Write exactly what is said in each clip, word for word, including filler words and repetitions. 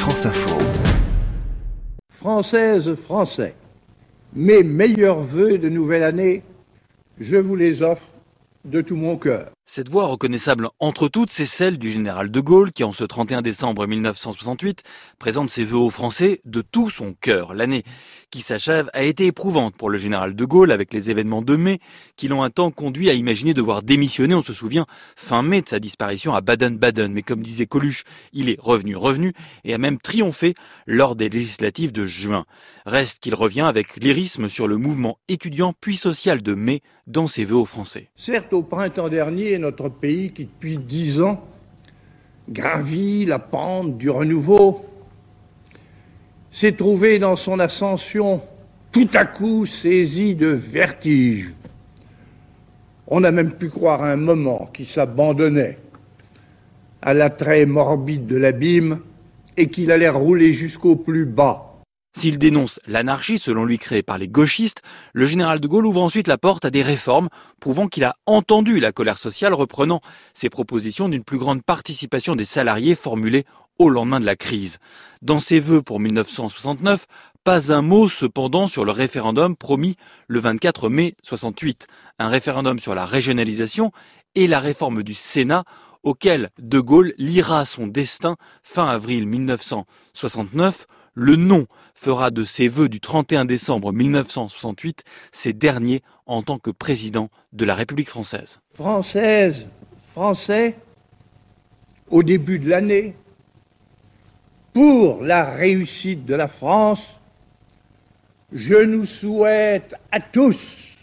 France Info. Françaises, Français, mes meilleurs vœux de nouvelle année, je vous les offre de tout mon cœur. Cette voix reconnaissable entre toutes, c'est celle du général de Gaulle qui, en ce trente et un décembre mille neuf cent soixante-huit, présente ses vœux aux Français de tout son cœur. L'année qui s'achève a été éprouvante pour le général de Gaulle avec les événements de mai qui l'ont un temps conduit à imaginer devoir démissionner. On se souvient fin mai de sa disparition à Baden-Baden. Mais comme disait Coluche, il est revenu, revenu et a même triomphé lors des législatives de juin. Reste qu'il revient avec lyrisme sur le mouvement étudiant puis social de mai dans ses vœux aux Français. Certes, au printemps dernier, notre pays qui depuis dix ans gravit la pente du renouveau s'est trouvé dans son ascension tout à coup saisi de vertige. On a même pu croire à un moment qu'il s'abandonnait à l'attrait morbide de l'abîme et qu'il allait rouler jusqu'au plus bas. S'il dénonce l'anarchie, selon lui créée par les gauchistes, le général de Gaulle ouvre ensuite la porte à des réformes, prouvant qu'il a entendu la colère sociale, reprenant ses propositions d'une plus grande participation des salariés formulées au lendemain de la crise. Dans ses vœux pour mille neuf cent soixante-neuf, pas un mot cependant sur le référendum promis le vingt-quatre mai soixante-huit, un référendum sur la régionalisation et la réforme du Sénat, auquel de Gaulle liera son destin fin avril mille neuf cent soixante-neuf. Le non fera de ses vœux du trente et un décembre mille neuf cent soixante-huit ses derniers en tant que président de la République française. Françaises, Français, au début de l'année, pour la réussite de la France, je nous souhaite à tous,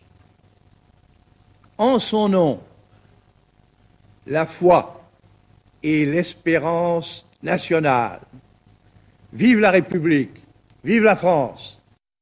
en son nom, la foi et l'espérance nationale. Vive la République, vive la France!